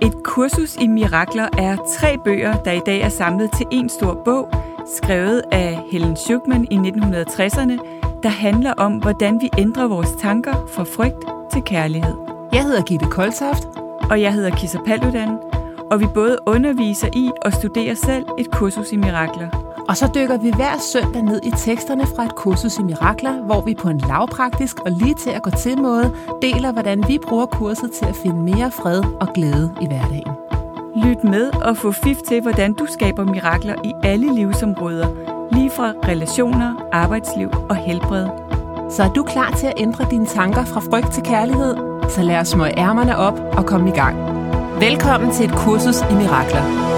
Et kursus i mirakler er 3 bøger, der i dag er samlet til en stor bog, skrevet af Helen Schucman i 1960'erne, der handler om, hvordan vi ændrer vores tanker fra frygt til kærlighed. Jeg hedder Gitte Koltoft. Og jeg hedder Kisser Paludan, og vi både underviser i og studerer selv et kursus i mirakler. Og så dykker vi hver søndag ned i teksterne fra et kursus i mirakler, hvor vi på en lavpraktisk og lige til at gå til måde deler, hvordan vi bruger kurset til at finde mere fred og glæde i hverdagen. Lyt med og få fif til, hvordan du skaber mirakler i alle livsområder, lige fra relationer, arbejdsliv og helbred. Så er du klar til at ændre dine tanker fra frygt til kærlighed? Så lad os smøge ærmerne op og komme i gang. Velkommen til et kursus i mirakler.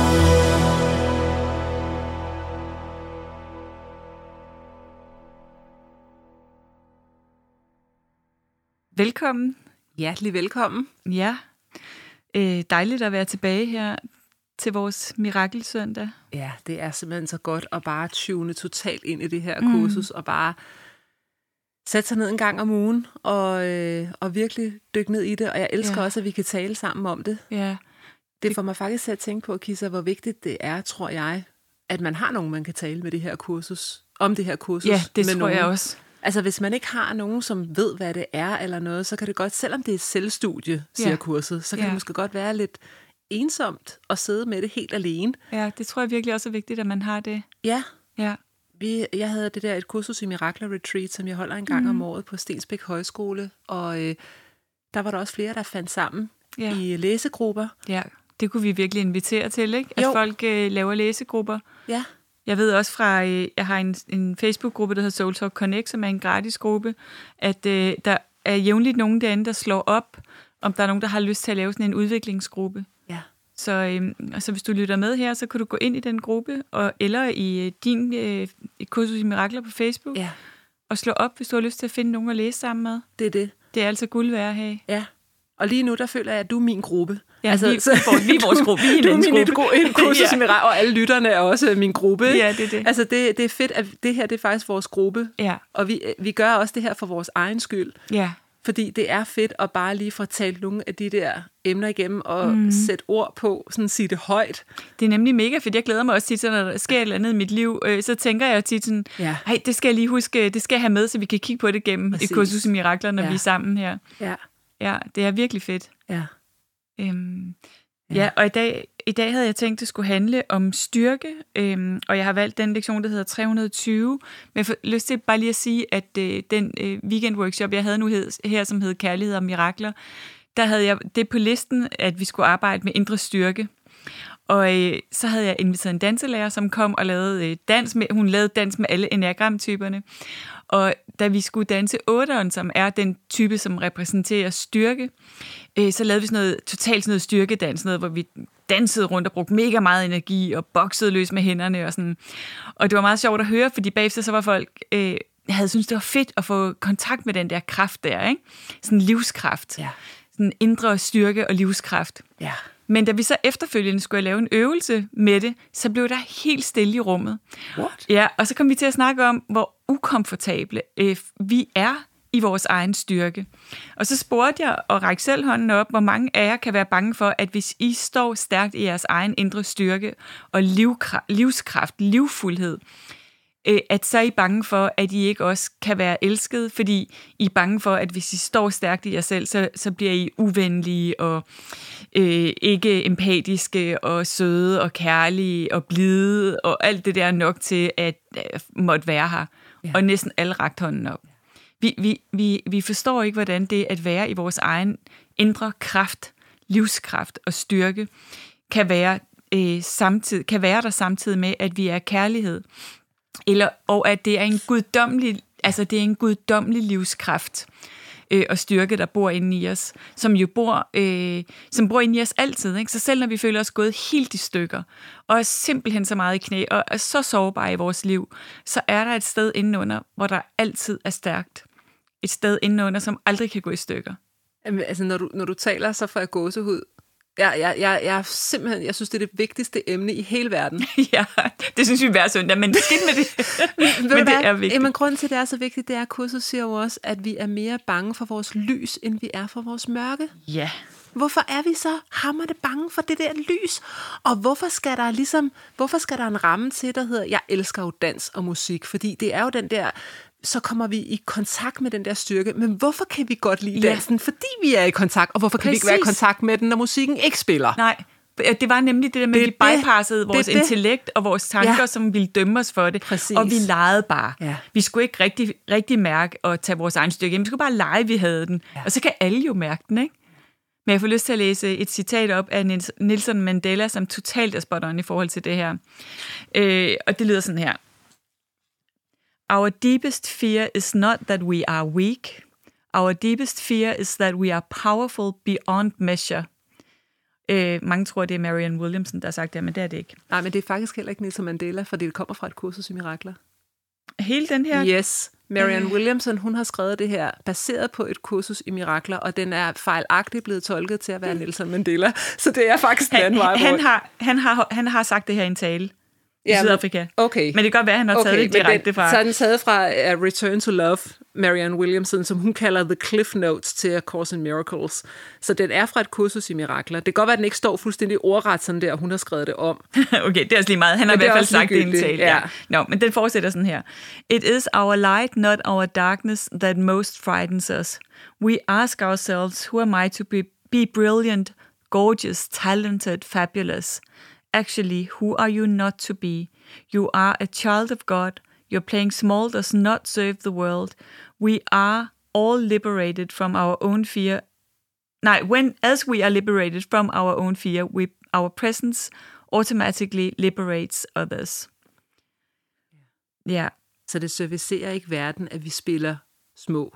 Velkommen. Hjertelig velkommen. Ja, dejligt at være tilbage her til vores mirakelsøndag. Ja, det er simpelthen så godt at bare tune totalt ind i det her kursus og bare sætte sig ned en gang om ugen og virkelig dykke ned i det. Og jeg elsker også, at vi kan tale sammen om det. Ja. Det får mig faktisk til at tænke på, Kisser, hvor vigtigt det er, tror jeg, at man har nogen, man kan tale med det her kursus, om det her kursus. Ja, det med tror nogen. jeg også. Altså, hvis man ikke har nogen, som ved, hvad det er eller noget, så kan det godt, selvom det er et selvstudie, siger kurset, så kan det måske godt være lidt ensomt at sidde med det helt alene. Ja, det tror jeg virkelig også er vigtigt, at man har det. Ja. Ja. Jeg havde det der et kursus i Mirakler Retreat, som jeg holder en gang om året på Stensbæk Højskole, og der var der også flere, der fandt sammen i læsegrupper. Ja, det kunne vi virkelig invitere til, ikke? At folk laver læsegrupper. Ja. Jeg ved også fra, jeg har en Facebook-gruppe, der hedder Soul Talk Connect, som er en gratis gruppe, at der er jævnligt nogen derinde, der slår op, om der er nogen, der har lyst til at lave sådan en udviklingsgruppe. Ja. Så hvis du lytter med her, så kan du gå ind i den gruppe, eller i din kursus i mirakler på Facebook, og slå op, hvis du har lyst til at finde nogen at læse sammen med. Det er det. Det er altså guld værd at have. Ja. Og lige nu, der føler jeg, at du er min gruppe. Ja, altså, vi er vores gruppe. Du er min kursus i mirakler, og alle lytterne er også min gruppe. Ja, det er det. Altså, det er fedt, at det her det er faktisk vores gruppe. Ja. Og vi gør også det her for vores egen skyld. Ja. Fordi det er fedt at bare lige få talt nogle af de der emner igennem og sætte ord på, sådan sige det højt. Det er nemlig mega fedt. Jeg glæder mig også tit, når der sker et eller andet i mit liv, så tænker jeg tit sådan, hey, det skal jeg lige huske, det skal jeg have med, så vi kan kigge på det gennem et kursus i mirakler, når vi er sammen her. Ja. Ja, det er virkelig fedt. Ja. Og i dag havde jeg tænkt, at det skulle handle om styrke, og jeg har valgt den lektion, der hedder 320. Men jeg får lyst til bare lige at sige, at den weekend-workshop, jeg havde nu her, som hed Kærlighed og Mirakler, der havde jeg det på listen, at vi skulle arbejde med indre styrke. Og så havde jeg inviteret en danselærer, som kom og lavede dans med, hun lavede dans med alle enneagramtyperne. Og da vi skulle danse 8'eren, som er den type, som repræsenterer styrke, så lavede vi totalt sådan noget styrkedans, hvor vi dansede rundt og brugte mega meget energi og boksede løs med hænderne og sådan. Og det var meget sjovt at høre, fordi bagefter så var folk, havde syntes, det var fedt at få kontakt med den der kraft der, ikke? Sådan livskraft. Ja. Sådan indre styrke og livskraft. Ja. Men da vi så efterfølgende skulle lave en øvelse med det, så blev der helt stille i rummet. What? Ja, og så kom vi til at snakke om, hvor ukomfortable vi er i vores egen styrke. Og så spurgte jeg og række selv hånden op, hvor mange af jer kan være bange for, at hvis I står stærkt i jeres egen indre styrke og livskraft, livfuldhed, at så er I bange for, at I ikke også kan være elsket, fordi I er bange for, at hvis I står stærkt i jer selv, så bliver I uvenlige og ikke empatiske og søde og kærlige og blide og alt det der nok til at måtte være her. Ja. Og næsten alle rakt hånden op. Vi forstår ikke, hvordan det at være i vores egen indre kraft, livskraft og styrke kan være der samtidig med, at vi er kærlighed. Og at det er en guddommelig livskraft og styrke, der bor inde i os, som bor inde i os altid. Ikke? Så selv når vi føler os gået helt i stykker, og er simpelthen så meget i knæ, og er så sårbare i vores liv, så er der et sted indenunder, hvor der altid er stærkt. Et sted indenunder, som aldrig kan gå i stykker. Jamen, altså, når du taler, så får jeg gåsehud. Jeg synes, det er det vigtigste emne i hele verden. Ja, det synes vi hver søndag, men skidt med det. Men det er vigtigt. Jamen, grunden til, det er så vigtigt, det er, at kurset siger jo også, at vi er mere bange for vores lys, end vi er for vores mørke. Ja. Hvorfor er vi så hamrende bange for det der lys? Og hvorfor skal der en ramme til, der hedder, jeg elsker jo dans og musik, fordi det er jo den der, så kommer vi i kontakt med den der styrke. Men hvorfor kan vi godt lide dansen? Fordi vi er i kontakt, og hvorfor kan vi ikke være i kontakt med den, når musikken ikke spiller? Nej, det var nemlig det der med, at vi bypassede vores intellekt og vores tanker, som ville dømme os for det. Præcis. Og vi legede bare. Ja. Vi skulle ikke rigtig mærke og tage vores egen styrke. Vi skulle bare lege, vi havde den. Ja. Og så kan alle jo mærke den, ikke? Men jeg får lyst til at læse et citat op af Nelson Mandela, som totalt er spot on i forhold til det her. Og det lyder sådan her. Our deepest fear is not that we are weak. Our deepest fear is that we are powerful beyond measure. Mange tror, det er Marianne Williamson, der har sagt det, men det er det ikke. Nej, men det er faktisk heller ikke Nelson Mandela, fordi det kommer fra et kursus i mirakler. Hele den her? Yes. Marianne Williamson, hun har skrevet det her baseret på et kursus i mirakler, og den er fejlagtigt blevet tolket til at være Nelson Mandela, så det er faktisk den anden vej rundt. Han har sagt det her i en tale i Ja, Sydafrika. Okay. Men det kan godt være, at han har taget det direkte fra... Så er den taget fra Return to Love, Marianne Williamson, som hun kalder The Cliff Notes til A Course in Miracles. Så den er fra et kursus i mirakler. Det kan godt være, at den ikke står fuldstændig ordret sådan der, hun har skrevet det om. Okay, det er også lige meget. Han har i hvert fald sagt det i en tale. Ja. Nå, men den fortsætter sådan her. It is our light, not our darkness, that most frightens us. We ask ourselves, who am I to be brilliant, gorgeous, talented, fabulous? Actually, who are you not to be? You are a child of God. Your playing small does not serve the world. We are all liberated from our own fear. As we are liberated from our own fear, our presence automatically liberates others. Ja. Så det servicerer ikke verden, at vi spiller små.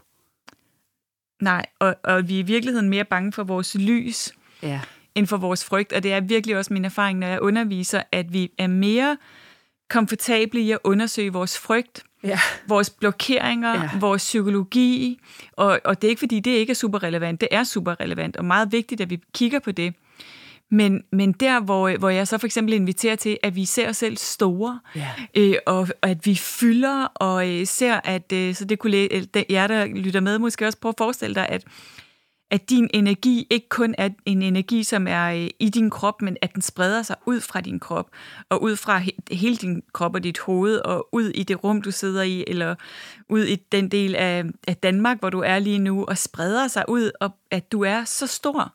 Nej, og vi er i virkeligheden mere bange for vores lys, end for vores frygt. Og det er virkelig også min erfaring, når jeg underviser, at vi er mere komfortable i at undersøge vores frygt, vores blokeringer, vores psykologi. Og det er ikke, fordi det ikke er super relevant. Det er super relevant og meget vigtigt, at vi kigger på det. Men der, hvor jeg så for eksempel inviterer til, at vi ser os selv store, og at vi fylder, og ser, at så det kunne jer, der lytter med, måske også prøve at forestille dig, at din energi ikke kun er en energi, som er i din krop, men at den spreder sig ud fra din krop, og ud fra hele din krop og dit hoved, og ud i det rum, du sidder i, eller ud i den del af Danmark, hvor du er lige nu, og spreder sig ud, og at du er så stor.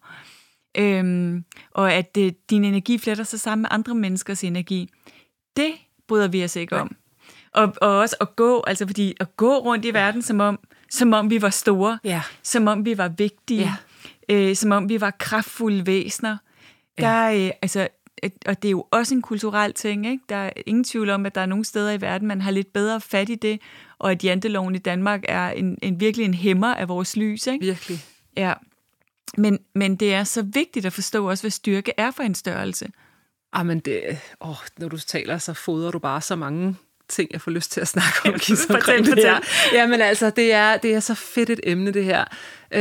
Og at din energi fletter sig sammen med andre menneskers energi. Det bryder vi os ikke om. Og også at gå, altså fordi at gå rundt i verden, som om vi var store, som om vi var vigtige, som om vi var kraftfulde væsener. Og det er jo også en kulturel ting, ikke? Der er ingen tvivl om, at der er nogle steder i verden, man har lidt bedre fat i det, og at janteloven i Danmark er virkelig en hæmmer af vores lys, ikke? Virkelig. Ja. Men det er så vigtigt at forstå også, hvad styrke er for en størrelse. Men når du taler, så fodrer du bare så mange ting, jeg får lyst til at snakke om. Fortæl. Jamen altså, det er så fedt et emne, det her.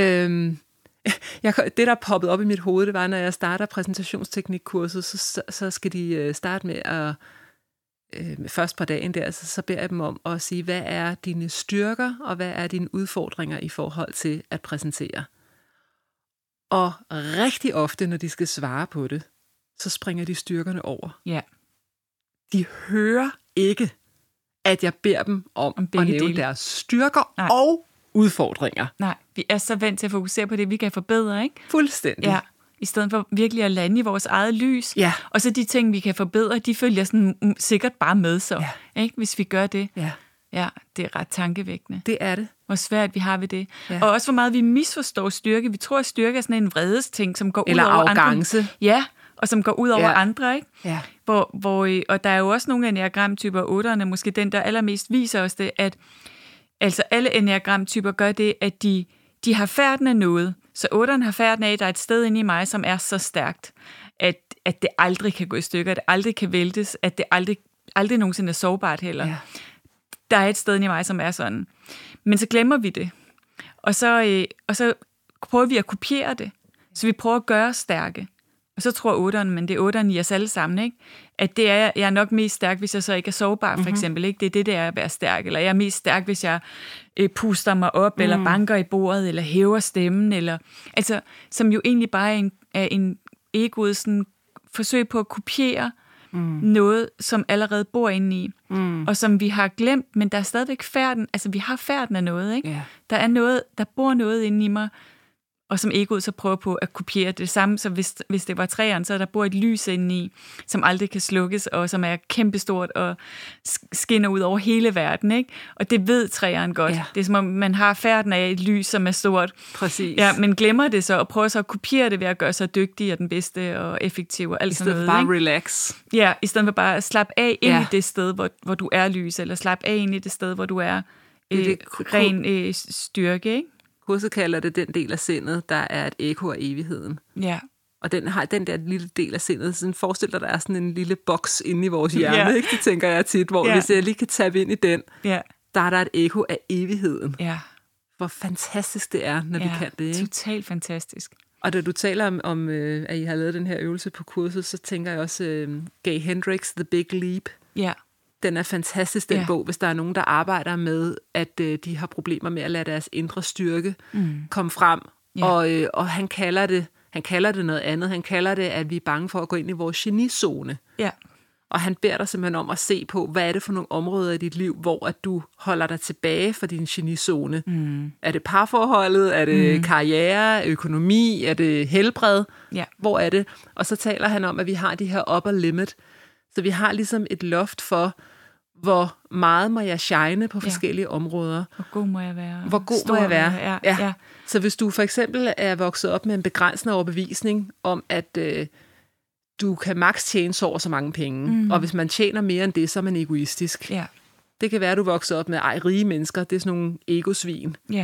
Det, der er poppet op i mit hoved, det var, når jeg starter præsentationsteknikkurset, så skal de starte med at først på dagen der, så beder jeg dem om at sige, hvad er dine styrker, og hvad er dine udfordringer i forhold til at præsentere. Og rigtig ofte, når de skal svare på det, så springer de styrkerne over. Ja. De hører ikke, at jeg beder dem om at nævne deres styrker og udfordringer. Nej, vi er så vant til at fokusere på det, vi kan forbedre, ikke? Fuldstændig. Ja, i stedet for virkelig at lande i vores eget lys. Ja. Og så de ting, vi kan forbedre, de følger sådan sikkert bare med så, ikke? Hvis vi gør det. Ja, det er ret tankevækkende. Det er det. Hvor svært vi har ved det. Ja. Og også hvor meget vi misforstår styrke. Vi tror, at styrke er sådan en vredesting, som går ud over arrogance. Andre. Ja, og som går ud over andre, ikke? Ja. Og der er jo også nogle enneagramtyper, 8'erne, måske den, der allermest viser os det, at altså alle enneagramtyper gør det, at de har færden af noget. Så 8'eren har færden af, at der er et sted inde i mig, som er så stærkt, at det aldrig kan gå i stykker, at det aldrig kan væltes, at det aldrig nogensinde er sårbart heller. Ja. Der er et sted inde i mig, som er sådan. Men så glemmer vi det. Og så prøver vi at kopiere det. Så vi prøver at gøre os stærke. Og så tror 8'eren, men det er 8'eren i os alle sammen, ikke? At det er, jeg er nok mest stærk, hvis jeg så ikke er sårbar, for eksempel. Ikke? Det er det er at være stærk. Eller jeg er mest stærk, hvis jeg puster mig op, eller banker i bordet, eller hæver stemmen. Eller, altså, som jo egentlig bare er en egoet sådan, forsøg på at kopiere noget, som allerede bor inde i. Og som vi har glemt, men der er stadigvæk færden. Altså, vi har færden af noget, ikke? Yeah. Der er noget, der bor noget inde i mig, og som egoet så prøver på at kopiere det samme, så hvis det var træerne, så der bor et lys inde i, som aldrig kan slukkes, og som er kæmpestort og skinner ud over hele verden, ikke? Og det ved træerne godt. Ja. Det er som om, man har færden af et lys, som er stort. Præcis. Ja, men glemmer det så, og prøver så at kopiere det ved at gøre sig dygtig og den bedste og effektiv og alt sådan noget. I stedet for bare relax. Ja, i stedet for bare at slappe af ind i det sted, hvor du er lys, eller slappe af ind i det sted, hvor du er ren styrke, ikke? Kurset kalder det den del af sindet, der er et ekko af evigheden. Ja. Og den har den der lille del af sindet, sådan forestil dig, der er sådan en lille boks inde i vores hjerne, ikke? Det tænker jeg tit, hvor hvis jeg lige kan tabe ind i den, der er der et ekko af evigheden. Ja. Hvor fantastisk det er, når vi kan det, ikke? Totalt fantastisk. Og da du taler om at I har lavet den her øvelse på kurset, så tænker jeg også Gay Hendricks' The Big Leap. Ja. Den er fantastisk, den bog, hvis der er nogen, der arbejder med, at de har problemer med at lade deres indre styrke komme frem. Og han kalder det noget andet. Han kalder det, at vi er bange for at gå ind i vores genizone. Ja. Og han beder dig simpelthen om at se på, hvad er det for nogle områder i dit liv, hvor at du holder dig tilbage fra din genizone. Er det parforholdet? Er det karriere? Økonomi? Er det helbred? Ja. Hvor er det? Og så taler han om, at vi har de her upper limit. Så vi har ligesom et loft for, hvor meget må jeg shine på forskellige områder. Hvor god må jeg være? Hvor god må jeg være? Ja. Så hvis du for eksempel er vokset op med en begrænsende overbevisning om, at du kan maks tjene så mange penge, og hvis man tjener mere end det, så er man egoistisk. Ja. Det kan være, at du vokser op med rige mennesker. Det er sådan nogle egosvin. Ja.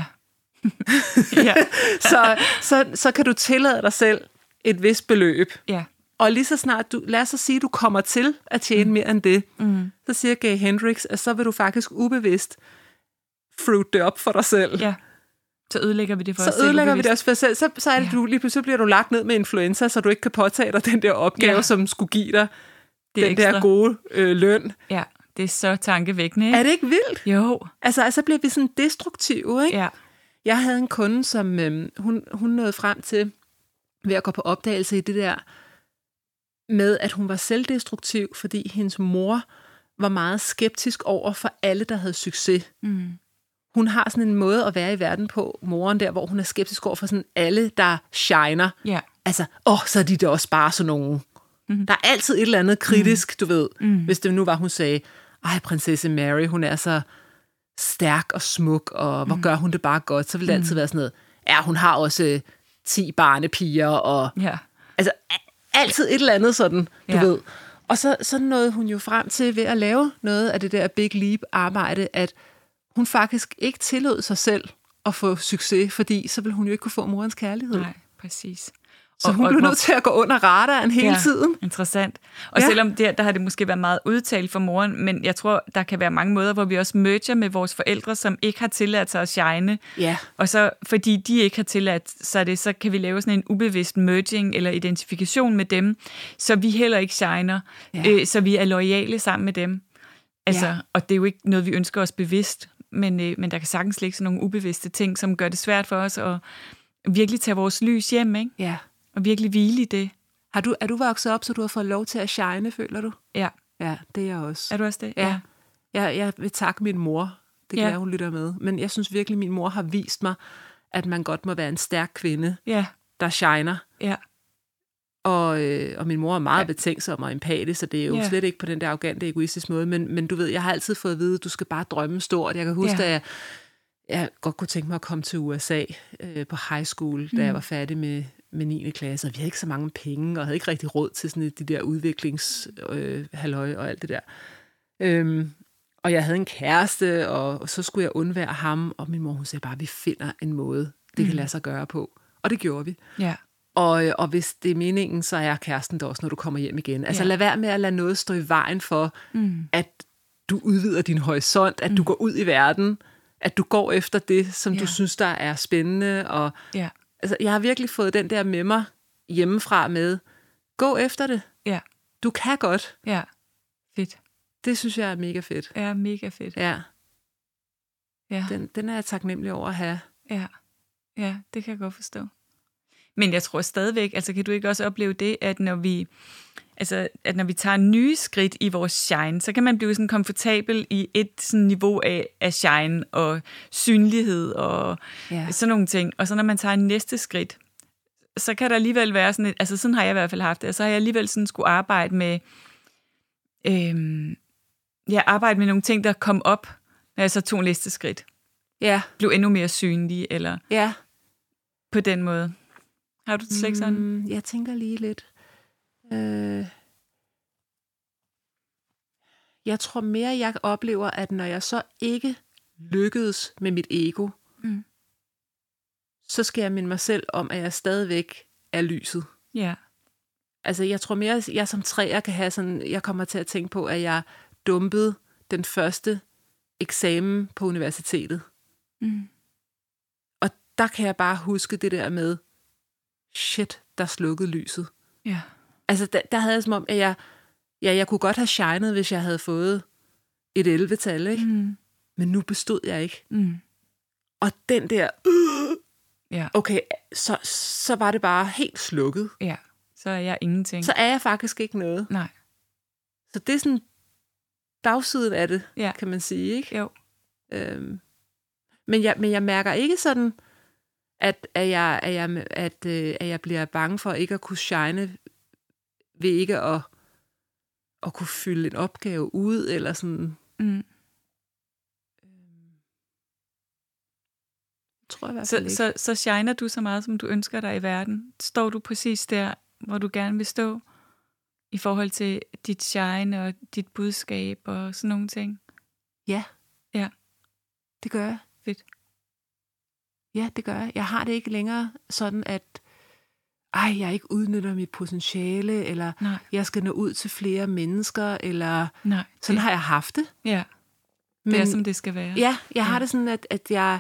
så kan du tillade dig selv et vist beløb. Ja. Og lige så snart lad os sige, at du kommer til at tjene mere end det, så siger Gay Hendricks, at så vil du faktisk ubevidst fruit det op for dig selv. Ja. Så ødelægger vi det for os selv. Så ødelægger vi det også for os selv. Så er det, du lige pludselig bliver du lagt ned med influenza, så du ikke kan påtage dig den der opgave, som skulle give dig den ekstra. Der gode løn. Ja, det er så tankevækkende, ikke? Er det ikke vildt? Jo. Altså, så bliver vi sådan destruktive, ikke? Ja. Jeg havde en kunde, som hun nåede frem til ved at gå på opdagelse i det der med, at hun var selvdestruktiv, fordi hendes mor var meget skeptisk over for alle, der havde succes. Hun har sådan en måde at være i verden på, moren der, hvor hun er skeptisk over for sådan alle, der shiner. Ja. Altså, så er de da også bare sådan nogen. Der er altid et eller andet kritisk, du ved. Hvis det nu var, hun sagde, prinsesse Mary, hun er så stærk og smuk, og hvor gør hun det bare godt, så vil det altid være sådan noget. Ja, hun har også 10 barnepiger, og altså altid et eller andet sådan, du ved. Og så nåede hun jo frem til ved at lave noget af det der Big Leap-arbejde, at hun faktisk ikke tillod sig selv at få succes, fordi så ville hun jo ikke kunne få morens kærlighed. Nej, præcis. Så hun blev nødt til at gå under radaren hele tiden. Interessant. Og selvom der har det måske været meget udtalt for moren, men jeg tror, der kan være mange måder, hvor vi også merger med vores forældre, som ikke har tilladt sig at shine. Ja. Og så, fordi de ikke har tilladt sig det, så kan vi lave sådan en ubevidst merging eller identifikation med dem, så vi heller ikke shiner, så vi er loyale sammen med dem. Altså, og det er jo ikke noget, vi ønsker os bevidst, men der kan sagtens ligge sådan nogle ubevidste ting, som gør det svært for os at virkelig tage vores lys hjem, ikke? Ja. Og virkelig hvile i det. Er du vokset op, så du har fået lov til at shine, føler du? Ja. Ja, det er jeg også. Er du også det? Ja. Jeg vil takke min mor. Det kan hun lytter med. Men jeg synes virkelig, min mor har vist mig, at man godt må være en stærk kvinde, der shiner. Ja. Og min mor er meget betænksom og empatisk, så det er jo slet ikke på den der arrogante, egoistiske måde. Men du ved, jeg har altid fået at vide, at du skal bare drømme stort. Jeg kan huske, at jeg godt kunne tænke mig at komme til USA på high school, da jeg var færdig med 9. klasse, og vi havde ikke så mange penge, og havde ikke rigtig råd til sådan de der udviklingshalløj og alt det der. Og jeg havde en kæreste, og så skulle jeg undvære ham, og min mor, hun sagde bare, at vi finder en måde, det kan lade sig gøre på. Og det gjorde vi. Ja. Og hvis det er meningen, så er kæresten der også, når du kommer hjem igen. Altså lad være med at lade noget stå i vejen for, at du udvider din horisont, at du går ud i verden, at du går efter det, som du synes, der er spændende. Og, altså, jeg har virkelig fået den der med mig hjemmefra med, Gå efter det. Ja. Du kan godt. Ja. Fedt. Det synes jeg er mega fedt. Ja, mega fedt. Ja. Ja. Den er jeg taknemmelig over at have. Ja. Ja, det kan jeg godt forstå. Men jeg tror stadigvæk, altså kan du ikke også opleve det, at når vi tager nye skridt i vores shine, så kan man blive sådan komfortabel i et sådan niveau af shine og synlighed og sådan nogle ting. Og så når man tager næste skridt, så kan der alligevel være sådan et, altså sådan har jeg i hvert fald haft det, og så har jeg alligevel sådan skulle arbejde med, arbejde med nogle ting, der kom op, når jeg så tog næste skridt. Ja. Blev endnu mere synlig, eller på den måde. Har du det slet sådan? Jeg tænker lige lidt. Jeg tror mere, jeg oplever, at når jeg så ikke lykkedes med mit ego, så skal jeg minde mig selv om, at jeg stadigvæk er lyset. Ja. Altså, jeg tror mere, at jeg som træer kan have sådan, jeg kommer til at tænke på, at jeg dumpede den første eksamen på universitetet. Og der kan jeg bare huske det der med, shit, der slukkede lyset. Ja. Altså, der havde jeg som om, at jeg kunne godt have shined, hvis jeg havde fået et 11-tal, ikke? Men nu bestod jeg ikke. Og den der, okay, så var det bare helt slukket. Ja, så er jeg ingenting. Så er jeg faktisk ikke noget. Nej. Så det er sådan bagsiden af det, kan man sige, ikke? Jo. Men jeg mærker ikke sådan, at jeg bliver bange for ikke at kunne shine ved ikke at kunne fylde en opgave ud, eller sådan. Tror jeg i hvert fald ikke. Så shiner du så meget, som du ønsker dig i verden? Står du præcis der, hvor du gerne vil stå? I forhold til dit shine og dit budskab og sådan nogle ting? Ja. Ja. Det gør jeg. Fedt. Ja, det gør jeg. Jeg har det ikke længere sådan, at jeg ikke udnytter mit potentiale, eller jeg skal nå ud til flere mennesker, eller sådan har jeg haft det. Ja, det er som det skal være. Ja, jeg har det sådan, at jeg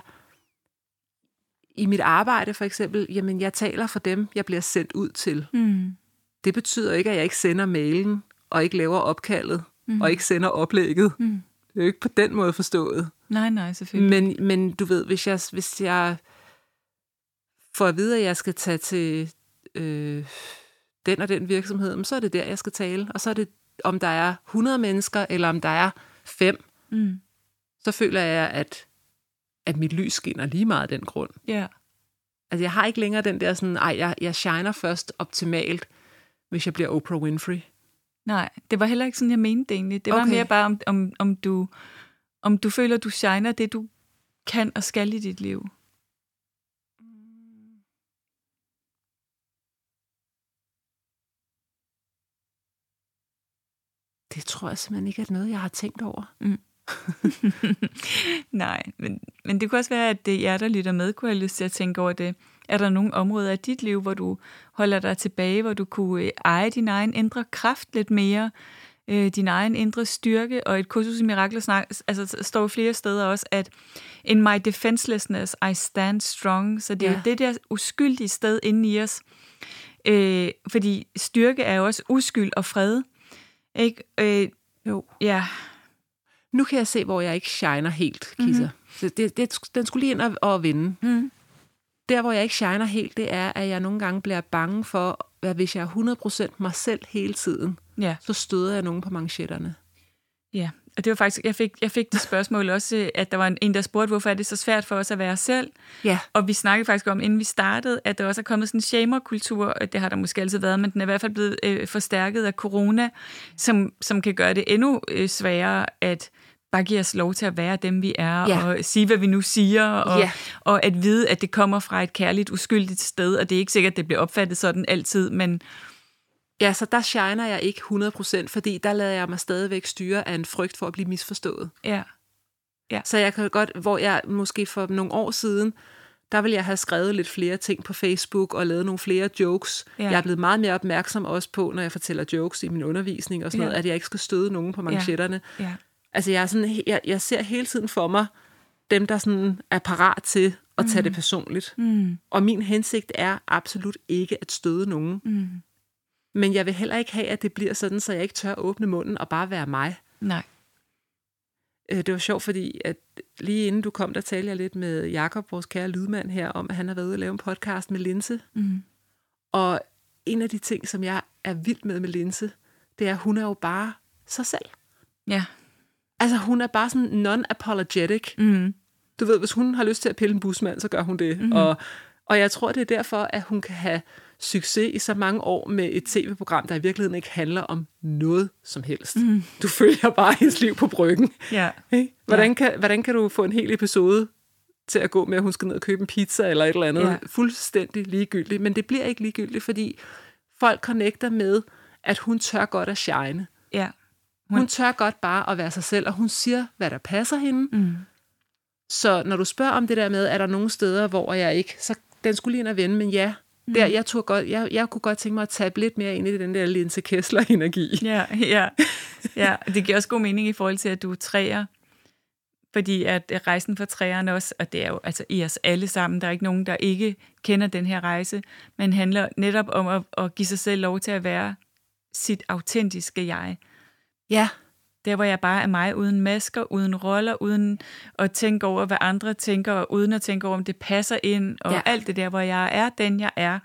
i mit arbejde for eksempel, jamen jeg taler for dem, jeg bliver sendt ud til. Det betyder ikke, at jeg ikke sender mailen, og ikke laver opkaldet, og ikke sender oplægget. Det er jo ikke på den måde forstået. Nej, selvfølgelig. Men du ved, hvis jeg får at vide, at jeg skal tage til den og den virksomhed, så er det der, jeg skal tale. Og så er det, om der er 100 mennesker, eller om der er 5, så føler jeg, at mit lys skinner lige meget af den grund. Ja. Altså, jeg har ikke længere den der sådan, jeg shiner først optimalt, hvis jeg bliver Oprah Winfrey. Nej, det var heller ikke sådan, jeg mente det egentlig. Det var mere bare, om du føler, du shiner det, du kan og skal i dit liv. Det tror jeg simpelthen ikke er noget, jeg har tænkt over. Nej, men det kunne også være, at det jer, der lytter med, kunne have lyst til at tænke over det. Er der nogle områder af dit liv, hvor du holder dig tilbage, hvor du kunne eje din egen indre kraft lidt mere, din egen indre styrke, og et kursus i mirakler altså står flere steder også, at in my defenselessness I stand strong, så det er jo det der uskyldige sted inde i os, fordi styrke er jo også uskyld og fred, ikke? Jo. Ja. Nu kan jeg se, hvor jeg ikke shiner helt, Kisser. Den skulle lige ind og vinde. Der, hvor jeg ikke shiner helt, det er, at jeg nogle gange bliver bange for, at hvis jeg er 100% mig selv hele tiden, så støder jeg nogen på manchetterne. Ja, og det var faktisk, jeg fik det spørgsmål også, at der var en, der spurgte, hvorfor er det så svært for os at være selv? Ja. Og vi snakkede faktisk om, inden vi startede, at der også er kommet sådan en shamer-kultur, det har der måske altid været, men den er i hvert fald blevet forstærket af corona, som kan gøre det endnu sværere at bare give os lov til at være dem, vi er, og sige, hvad vi nu siger, og at vide, at det kommer fra et kærligt, uskyldigt sted, og det er ikke sikkert, at det bliver opfattet sådan altid, men... Ja, så der shiner jeg ikke 100%, fordi der lader jeg mig stadigvæk styre af en frygt for at blive misforstået. Ja. Så jeg kan godt, hvor jeg måske for nogle år siden, der ville jeg have skrevet lidt flere ting på Facebook, og lavet nogle flere jokes. Jeg er blevet meget mere opmærksom også på, når jeg fortæller jokes i min undervisning, og sådan noget, at jeg ikke skal støde nogen på manchetterne. Altså, jeg ser hele tiden for mig, dem der sådan er parat til at tage det personligt. Og min hensigt er absolut ikke at støde nogen. Men jeg vil heller ikke have, at det bliver sådan, så jeg ikke tør åbne munden og bare være mig. Nej. Det var sjovt, fordi at lige inden du kom, der talte jeg lidt med Jakob, vores kære lydmand her, om at han har været ude og lave en podcast med Linse. Mm. Og en af de ting, som jeg er vild med Linse, det er, at hun er jo bare sig selv. Ja. Altså, hun er bare sådan non-apologetic. Mm. Du ved, hvis hun har lyst til at pille en busmand, så gør hun det. Mm. Og jeg tror, det er derfor, at hun kan have succes i så mange år med et tv-program, der i virkeligheden ikke handler om noget som helst. Mm. Du følger bare hendes liv på bryggen. Ja. Hey? Hvordan kan du få en hel episode til at gå med, at hun skal ned og købe en pizza eller et eller andet? Ja. Fuldstændig ligegyldigt. Men det bliver ikke ligegyldigt, fordi folk connecter med, at hun tør godt at shine. Ja. Hun tør godt bare at være sig selv, og hun siger, hvad der passer hende. Mm. Så når du spørger om det der med, er der nogle steder, hvor jeg ikke, så den skulle lige ind og vende, men ja, der, jeg kunne godt tænke mig at tabe lidt mere ind i den der Linse Kessler-energi. Ja, det giver også god mening i forhold til, at du er træer, fordi at rejsen for træerne også, og det er jo altså i os alle sammen, der er ikke nogen, der ikke kender den her rejse, men handler netop om at give sig selv lov til at være sit autentiske jeg. Ja. Der, hvor jeg bare er mig, uden masker, uden roller, uden at tænke over, hvad andre tænker, og uden at tænke over, om det passer ind, og alt det der, hvor jeg er den, jeg er.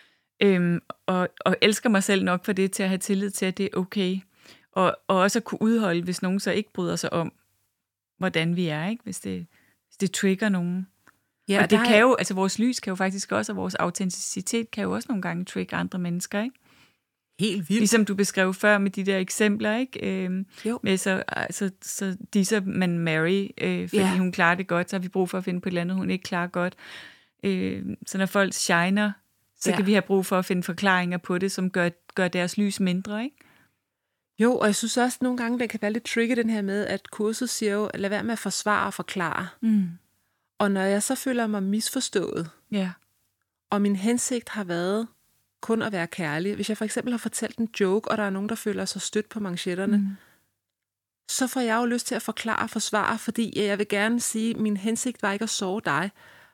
Og elsker mig selv nok for det, til at have tillid til, at det er okay. Og også at kunne udholde, hvis nogen så ikke bryder sig om, hvordan vi er, ikke? Hvis det trigger nogen. Ja, og det kan jo, altså vores lys kan jo faktisk også, og vores autenticitet kan jo også nogle gange trigge andre mennesker, ikke? Helt vildt. Ligesom du beskrev før med de der eksempler, ikke? Med så disser man Mary, fordi hun klarer det godt, så har vi brug for at finde på et eller andet, hun ikke klarer godt. Så når folk shiner, så kan vi have brug for at finde forklaringer på det, som gør deres lys mindre, ikke? Jo, og jeg synes også, at nogle gange, det kan være lidt tricky, den her med, at kurset siger jo, lad være med at forsvare og forklare. Mm. Og når jeg så føler mig misforstået, og min hensigt har været kun at være kærlig. Hvis jeg for eksempel har fortalt en joke, og der er nogen, der føler sig stødt på manchetterne, så får jeg jo lyst til at forklare og forsvare, fordi jeg vil gerne sige, at min hensigt var ikke at såre dig.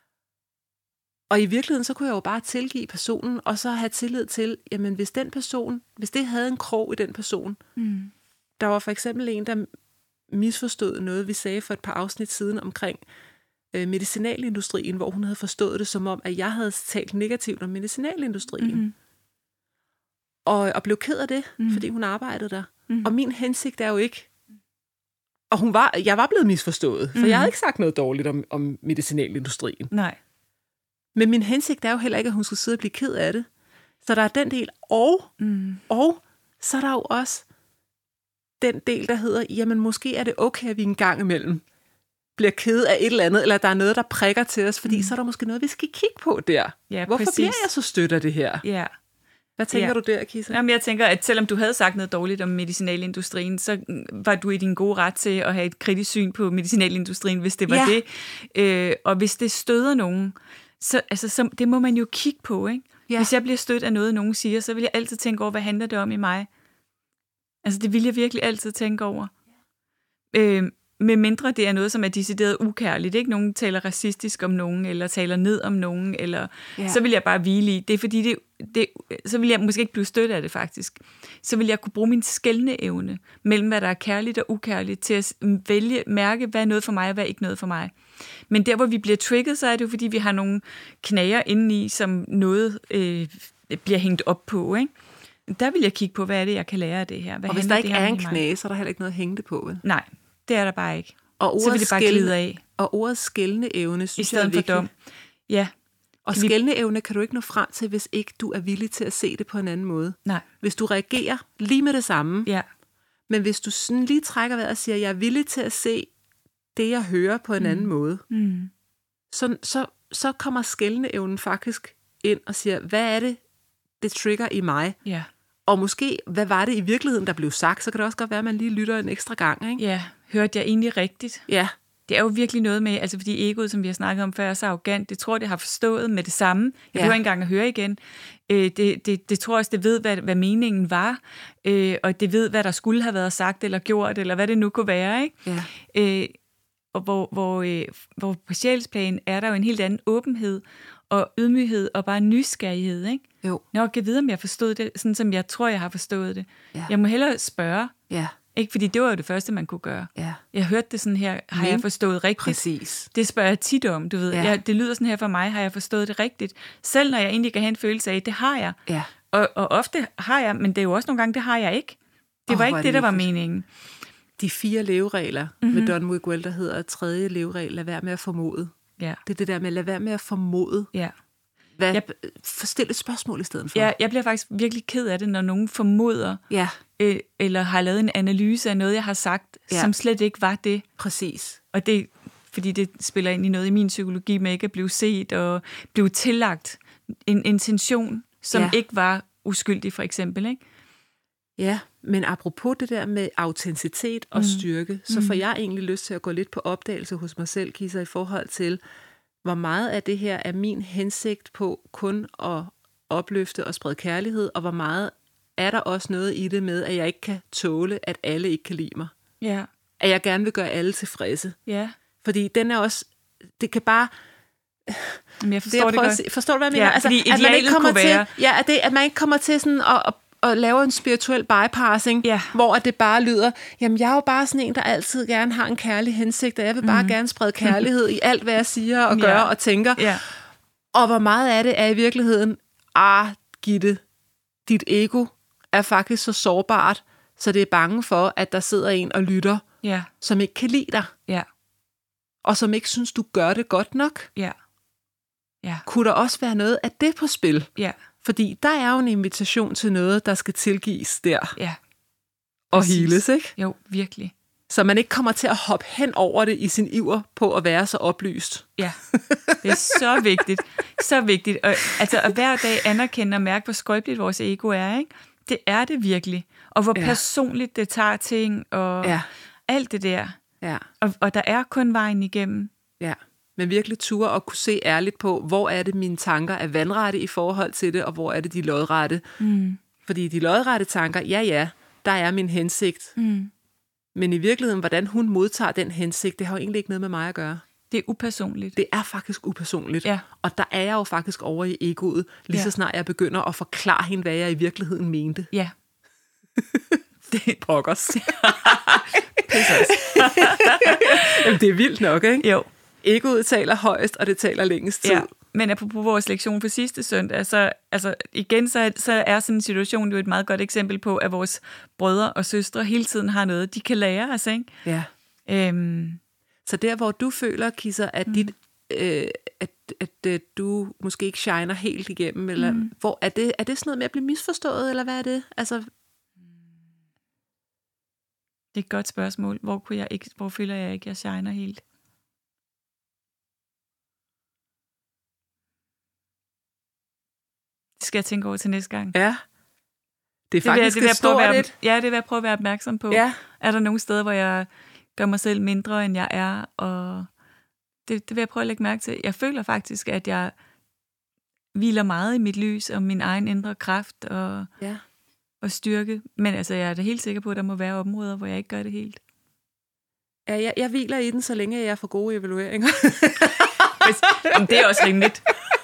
Og i virkeligheden, så kunne jeg jo bare tilgive personen, og så have tillid til, jamen hvis det havde en krog i den person. Der var for eksempel en, der misforstod noget, vi sagde for et par afsnit siden omkring medicinalindustrien, hvor hun havde forstået det som om, at jeg havde talt negativt om medicinalindustrien. Mm-hmm. Og blev ked af det, fordi hun arbejdede der. Mm-hmm. Og min hensigt er jo ikke... Og jeg var blevet misforstået, for jeg havde ikke sagt noget dårligt om medicinalindustrien. Nej. Men min hensigt er jo heller ikke, at hun skulle sidde og blive ked af det. Så der er den del, og så er der jo også den del, der hedder, jamen måske er det okay, at vi en gang imellem bliver ked af et eller andet, eller der er noget, der prikker til os, fordi så er der måske noget, vi skal kigge på der. Ja, hvorfor bliver jeg så stødt af det her? Ja. Hvad tænker du der, Kisa? Jamen, jeg tænker, at selvom du havde sagt noget dårligt om medicinalindustrien, så var du i din gode ret til at have et kritisk syn på medicinalindustrien, hvis det var det. Og hvis det støder nogen, så det må man jo kigge på, ikke? Ja. Hvis jeg bliver stødt af noget, nogen siger, så vil jeg altid tænke over, hvad handler det om i mig? Altså, det vil jeg virkelig altid tænke over. Med mindre det er noget, som er decideret ukærligt. Ikke? Nogen taler racistisk om nogen, eller taler ned om nogen, eller så vil jeg bare hvile i. Det er fordi, så vil jeg måske ikke blive stødt af det, faktisk. Så vil jeg kunne bruge min skelne evne mellem, hvad der er kærligt og ukærligt, til at mærke, hvad er noget for mig, og hvad er ikke noget for mig. Men der, hvor vi bliver trigget, så er det jo, fordi vi har nogle knager indeni, som noget bliver hængt op på, ikke? Der vil jeg kigge på, hvad er det, jeg kan lære af det her. Og hvis der ikke er en knage, så er der heller ikke noget at hænge det på, vel? Nej, det er der bare ikke. Og så vil det bare glide af. Og ordet skældne evne, synes jeg er vigtigt. I stedet for dom. Ja. Og skældne evne kan du ikke nå frem til, hvis ikke du er villig til at se det på en anden måde. Nej. Hvis du reagerer lige med det samme. Ja. Men hvis du sådan lige trækker vejret og siger, jeg er villig til at se det, jeg hører på en anden måde, så kommer skældne evnen faktisk ind og siger, hvad er det trigger i mig? Ja. Og måske, hvad var det i virkeligheden, der blev sagt? Så kan det også godt være, at man lige lytter en ekstra gang, ikke? Ja, hørte jeg egentlig rigtigt? Ja. Det er jo virkelig noget med, altså fordi egoet, som vi har snakket om før, er så arrogant. Det tror, det har forstået med det samme. Jeg behøver ikke engang at høre igen. Det tror også, det ved, hvad meningen var. Og det ved, hvad der skulle have været sagt eller gjort, eller hvad det nu kunne være, ikke? Ja. Og hvor på sjælsplan er der jo en helt anden åbenhed, og ydmyghed og bare nysgerrighed, ikke? Jo. Når jeg kan vide, om jeg forstod det, sådan som jeg tror, jeg har forstået det. Ja. Jeg må hellere spørge, Ja. ikke? Fordi det var jo det første, man kunne gøre. Ja. Jeg hørte det sådan her, har jeg forstået rigtigt? Præcis. Det spørger jeg tit om, du ved. Ja. Det lyder sådan her for mig, har jeg forstået det rigtigt? Selv når jeg egentlig kan have en følelse af, det har jeg. Ja. Og ofte har jeg, men det er jo også nogle gange, det har jeg ikke. Det var ikke det, der var meningen. De 4 leveregler med Don Miguel, der hedder 3. leveregel, lad være med at formode. Ja. Det er det der med, lad være med at formode. Ja. Stil et spørgsmål i stedet for. Ja, jeg bliver faktisk virkelig ked af det, når nogen formoder, Ja. Eller har lavet en analyse af noget, jeg har sagt, som slet ikke var det. Præcis. Og det, fordi det spiller ind i noget i min psykologi med ikke at blive set og blive tillagt en intention, som ikke var uskyldig, for eksempel, ikke? Ja, men apropos det der med autenticitet og styrke, så får jeg egentlig lyst til at gå lidt på opdagelse hos mig selv, Kisser, i forhold til, hvor meget af det her er min hensigt på kun at opløfte og sprede kærlighed, og hvor meget er der også noget i det med, at jeg ikke kan tåle, at alle ikke kan lide mig. Ja. At jeg gerne vil gøre alle tilfredse. Ja. Fordi den er også, det kan bare... Men jeg forstår det godt. Forstår du, hvad jeg mener? Ja, altså, fordi at man ikke kommer kunne være... til, at man ikke kommer til sådan at lave en spirituel bypassing, hvor det bare lyder, jamen jeg er jo bare sådan en, der altid gerne har en kærlig hensigt, og jeg vil bare gerne sprede kærlighed i alt, hvad jeg siger og gør og tænker. Ja. Og hvor meget af det er i virkeligheden, Gitte, dit ego er faktisk så sårbart, så det er bange for, at der sidder en og lytter, som ikke kan lide dig. Ja. Og som ikke synes, du gør det godt nok. Ja. Ja. Kunne der også være noget af det på spil? Ja. Fordi der er jo en invitation til noget, der skal tilgives der. Ja. Og heales, ikke? Jo, virkelig. Så man ikke kommer til at hoppe hen over det i sin iver på at være så oplyst. Ja, det er så vigtigt. Så vigtigt. Og, altså, at hver dag anerkende og mærke, hvor skrøbeligt vores ego er, ikke? Det er det virkelig. Og hvor personligt det tager ting, og alt det der. Ja. Og der er kun vejen igennem. Ja, men virkelig ture og kunne se ærligt på, hvor er det mine tanker er vandrette i forhold til det, og hvor er det de lodrette. Fordi de lodrette tanker, der er min hensigt. Men i virkeligheden, hvordan hun modtager den hensigt, det har jo egentlig ikke noget med mig at gøre. Det er upersonligt. Det er faktisk upersonligt. Ja. Og der er jeg jo faktisk over i egoet, lige så snart jeg begynder at forklare hende, hvad jeg i virkeligheden mente. Ja. Det pokkers. Jamen, det er vildt nok, ikke? Jo. Egoet taler højst, og det taler længst tid. Ja. Men apropos vores lektion for sidste søndag, så er sådan en situation jo et meget godt eksempel på, at vores brødre og søstre hele tiden har noget, de kan lære os, ikke? Ja. Så der, hvor du føler, Kisser, at at du måske ikke shiner helt igennem, eller hvor er det sådan noget med at blive misforstået, eller hvad er det? Altså, det er et godt spørgsmål. Hvor føler jeg ikke, jeg shiner helt? Det skal jeg tænke over til næste gang. Ja. Det er faktisk et stort et. Ja, det vil jeg prøve at være opmærksom på. Ja. Er der nogle steder, hvor jeg gør mig selv mindre, end jeg er? Og det vil jeg prøve at lægge mærke til. Jeg føler faktisk, at jeg hviler meget i mit lys og min egen indre kraft og styrke. Men altså, jeg er da helt sikker på, at der må være områder, hvor jeg ikke gør det helt. Ja, jeg hviler i den, så længe jeg får gode evalueringer. Det er også rimeligt.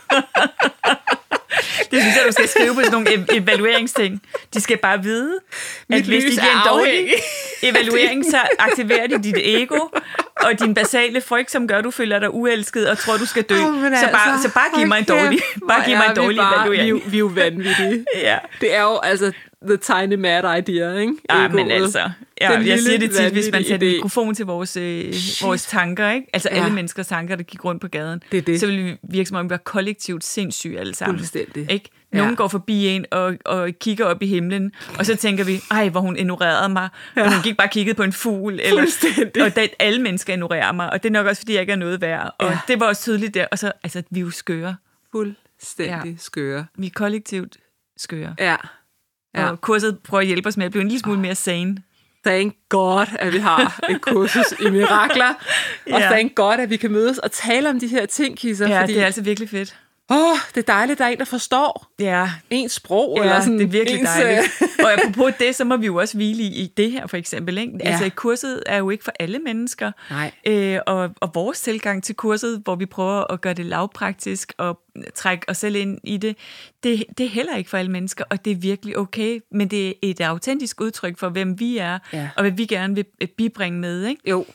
Det synes jeg, du skal skrive på sådan nogle evalueringsting. De skal bare vide, at hvis de giver en dårlig evaluering, så aktiverer de dit ego og din basale frygt, som gør, at du føler dig uelsket og tror, du skal dø. Så bare giv mig en dårlig evaluering. Vi er jo vanvittige. Ja. Det er jo altså the tiny mad idea, ikke? Ja, men altså, jeg siger det tit, hvis man sætter mikrofon til vores tanker, ikke? Altså alle menneskers tanker, der gik rundt på gaden, så vil vi virke som om vi var kollektivt sindssyge alle sammen. Fuldstændig. Ikke? Nogen går forbi en og kigger op i himlen, og så tænker vi, ej, hvor hun ignorerede mig, og hun gik bare kigget på en fugl, og alle mennesker ignorerer mig, og det er nok også, fordi jeg ikke er noget værd. Og det var også tydeligt der, og så, altså, vi er jo skøre. Fuldstændig skøre. Vi er kollektivt skøre. Ja. Og kurset prøver at hjælpe os med at blive en lille smule mere sane. Thank God, at vi har et kursus i mirakler. Og thank God, at vi kan mødes og tale om de her ting, Kisser. Ja, fordi det er altså virkelig fedt. det er dejligt, der er en, der forstår ens sprog. Eller sådan, det er virkelig dejligt. Og apropos det, så må vi jo også hvile i det her, for eksempel. Ikke? Ja. Altså, kurset er jo ikke for alle mennesker. Nej. Og vores tilgang til kurset, hvor vi prøver at gøre det lavpraktisk og trække os selv ind i det, det er heller ikke for alle mennesker, og det er virkelig okay. Men det er et autentisk udtryk for, hvem vi er, og hvad vi gerne vil bibringe med. Ikke? Jo.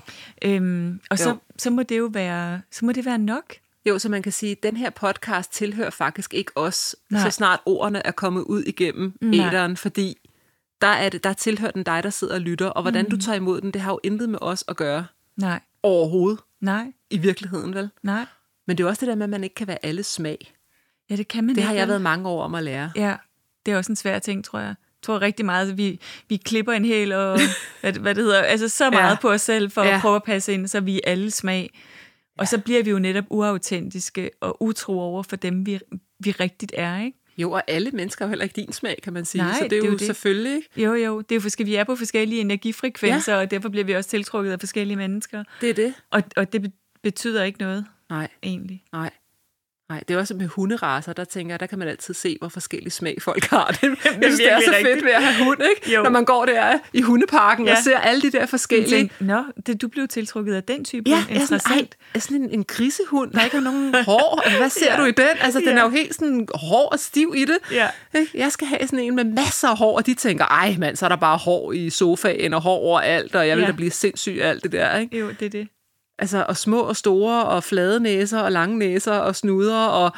Så må det jo være nok. Jo, så man kan sige, at den her podcast tilhører faktisk ikke os, så snart ordene er kommet ud igennem æteren, fordi der tilhører den dig, der sidder og lytter, og hvordan du tager imod den, det har jo intet med os at gøre. Nej. Overhovedet. Nej. I virkeligheden, vel? Nej. Men det er også det der med, at man ikke kan være alles smag. Ja, det kan man Det har jeg været mange år om at lære. Ja, det er også en svær ting, tror jeg. Jeg tror rigtig meget, at vi klipper en hel, og hvad det hedder, altså så meget på os selv, for at prøve at passe ind, så vi er alle smag. Og så bliver vi jo netop uautentiske og utro over for dem, vi rigtigt er, ikke? Jo, og alle mennesker er jo heller ikke din smag, kan man sige. Nej, så det er jo selvfølgelig, ikke? Jo, det er jo vi er på forskellige energifrekvenser, og derfor bliver vi også tiltrukket af forskellige mennesker. Det er det. Og det betyder ikke noget, egentlig. Nej, det er også med hunderacer, der tænker jeg, der kan man altid se, hvor forskellige smag folk har. Det er så fedt ved at have hund, ikke? Jo. Når man går der i hundeparken og ser alle de der forskellige. Du blev tiltrukket af den type. Ja, sådan en grisehund, der ikke har nogen hår. Hvad ser du i den? Altså, den er jo helt sådan hård og stiv i det. Ja. Jeg skal have sådan en med masser af hår, og de tænker, ej mand, så er der bare hår i sofaen og hår overalt, og jeg vil da blive sindssyg af alt det der, ikke? Jo, det er det. Altså, og små og store, og flade næser, og lange næser, og snuder, og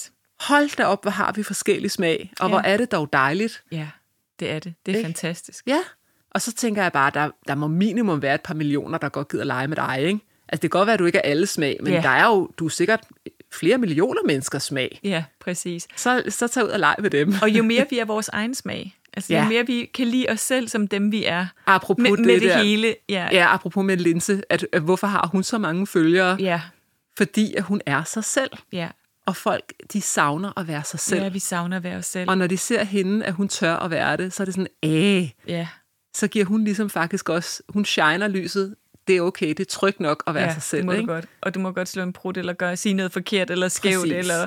hold da op, hvor har vi forskellige smag, og hvor er det dog dejligt. Ja, det er det. Det er fantastisk. Ja, og så tænker jeg bare, der må minimum være et par millioner, der godt gider lege med dig, ikke? Altså, det kan godt være, at du ikke er alle smag, men der er jo, du er sikkert flere millioner menneskers smag. Ja, præcis. Så tag ud og leg med dem. Og jo mere vi er vores egen smag, altså jo mere vi kan lide os selv som dem, vi er. Apropos med det hele. Ja, apropos med Linse, at hvorfor har hun så mange følgere? Ja. Fordi at hun er sig selv. Ja. Og folk, de savner at være sig selv. Ja, vi savner at være os selv. Og når de ser hende, at hun tør at være det, så er det sådan, så giver hun ligesom faktisk også, hun shiner lyset. Det er okay, det er trygt nok at være sig selv. Det må ikke? du godt. Og du må godt slå en prut, eller sige noget forkert, eller skævt, eller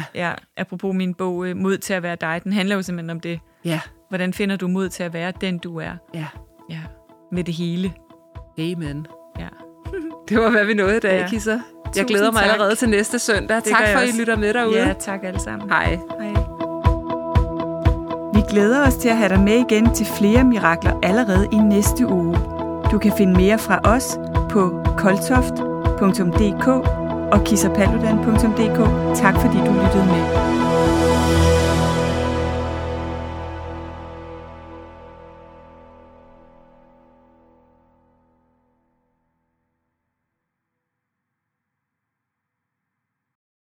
apropos min bog, Mod til at være dig, den handler jo simpelthen om det. Ja. Hvordan finder du mod til at være den, du er? Ja. Med det hele. Amen. Ja. Det var, hvad vi nåede i dag, Kisser. Jeg glæder mig allerede til næste søndag. Tak for, at I lytter med derude. Ja, tak alle sammen. Hej. Vi glæder os til at have dig med igen til flere mirakler allerede i næste uge. Du kan finde mere fra os på koltoft.dk og kissapaludan.dk. Tak fordi du lyttede med.